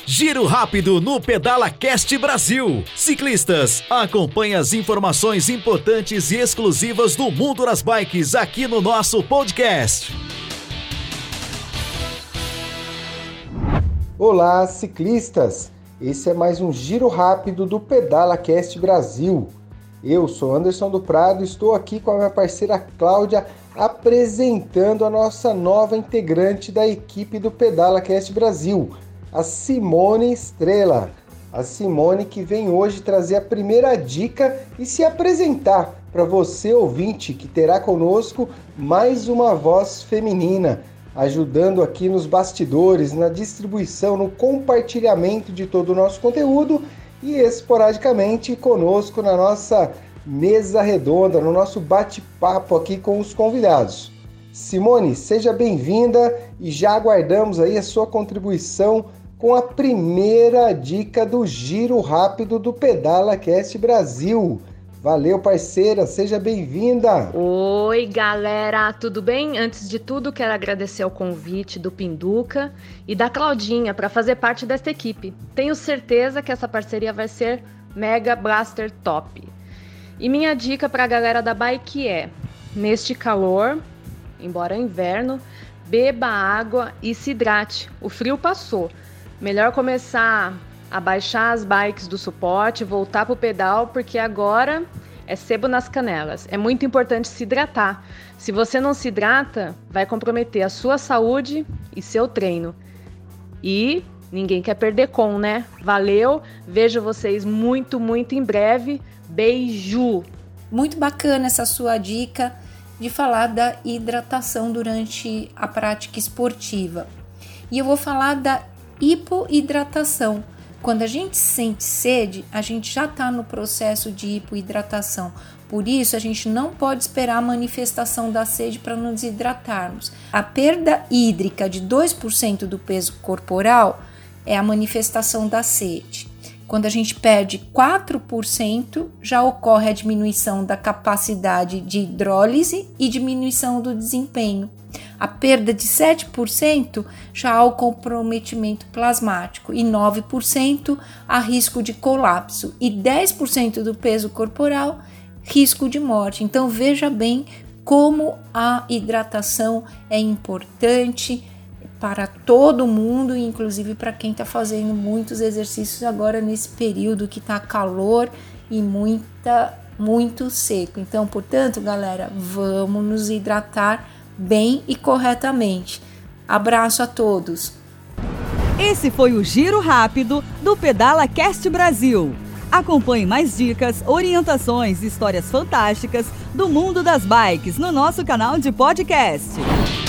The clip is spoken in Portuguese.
Giro rápido no Pedala Cast Brasil. Ciclistas, acompanhe as informações importantes e exclusivas do mundo das bikes aqui no nosso podcast. Olá, ciclistas! Esse é mais um Giro rápido do Pedala Cast Brasil. Eu sou Anderson do Prado e estou aqui com a minha parceira Cláudia apresentando a nossa nova integrante da equipe do Pedala Cast Brasil, a Simone Estrela. A Simone que vem hoje trazer a primeira dica e se apresentar para você ouvinte que terá conosco mais uma voz feminina, ajudando aqui nos bastidores, na distribuição, no compartilhamento de todo o nosso conteúdo e esporadicamente conosco na nossa mesa redonda, no nosso bate-papo aqui com os convidados. Simone, seja bem-vinda e já aguardamos aí a sua contribuição com a primeira dica do Giro Rápido do Pedala Cast Brasil. Valeu, parceira, seja bem-vinda! Oi, galera, tudo bem? Antes de tudo, quero agradecer o convite do Pinduca e da Claudinha para fazer parte desta equipe. Tenho certeza que essa parceria vai ser mega blaster top. E minha dica para a galera da bike é, neste calor, embora inverno, beba água e se hidrate. O frio passou. Melhor começar a baixar as bikes do suporte, voltar pro pedal, porque agora é sebo nas canelas. É muito importante se hidratar. Se você não se hidrata, vai comprometer a sua saúde e seu treino. E ninguém quer perder com, né? Valeu, vejo vocês muito em breve. Beijo! Muito bacana essa sua dica de falar da hidratação durante a prática esportiva. E eu vou falar da hipoidratação. Quando a gente sente sede, a gente já está no processo de hipoidratação. Por isso, a gente não pode esperar a manifestação da sede para nos hidratarmos. A perda hídrica de 2% do peso corporal é a manifestação da sede. Quando a gente perde 4%, já ocorre a diminuição da capacidade de hidrólise e diminuição do desempenho. A perda de 7% já há o comprometimento plasmático e 9% há risco de colapso e 10% do peso corporal risco de morte. Então veja bem como a hidratação é importante para todo mundo, inclusive para quem está fazendo muitos exercícios agora nesse período que está calor e muito seco. Então, portanto, galera, vamos nos hidratar bem e corretamente. Abraço a todos. Esse foi o Giro Rápido do Pedala Cast Brasil. Acompanhe mais dicas, orientações e histórias fantásticas do mundo das bikes no nosso canal de podcast.